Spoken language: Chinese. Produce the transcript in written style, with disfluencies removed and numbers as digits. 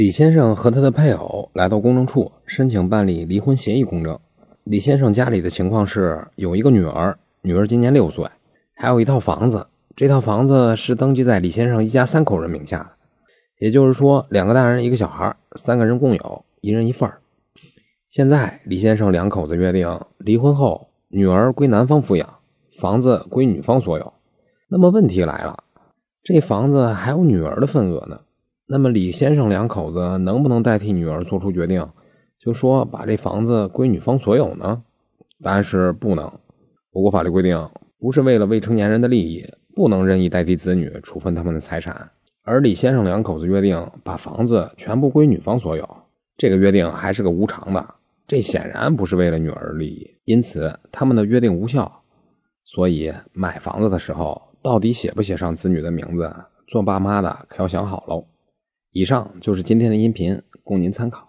李先生和他的配偶来到公证处申请办理离婚协议公证。李先生家里的情况是有一个女儿，女儿今年6岁，还有一套房子，这套房子是登记在李先生一家3口人名下的，也就是说2个大人1个小孩，3个人共有，1人1份。现在李先生2口子约定，离婚后女儿归男方抚养，房子归女方所有。那么问题来了，这房子还有女儿的份额呢，那么李先生2口子能不能代替女儿做出决定，就说把这房子归女方所有呢？答案是不能。我国法律规定，不是为了未成年人的利益，不能任意代替子女处分他们的财产。而李先生2口子约定把房子全部归女方所有，这个约定还是个无偿的，这显然不是为了女儿的利益，因此他们的约定无效。所以买房子的时候到底写不写上子女的名字，做爸妈的可要想好喽。以上就是今天的音频，供您参考。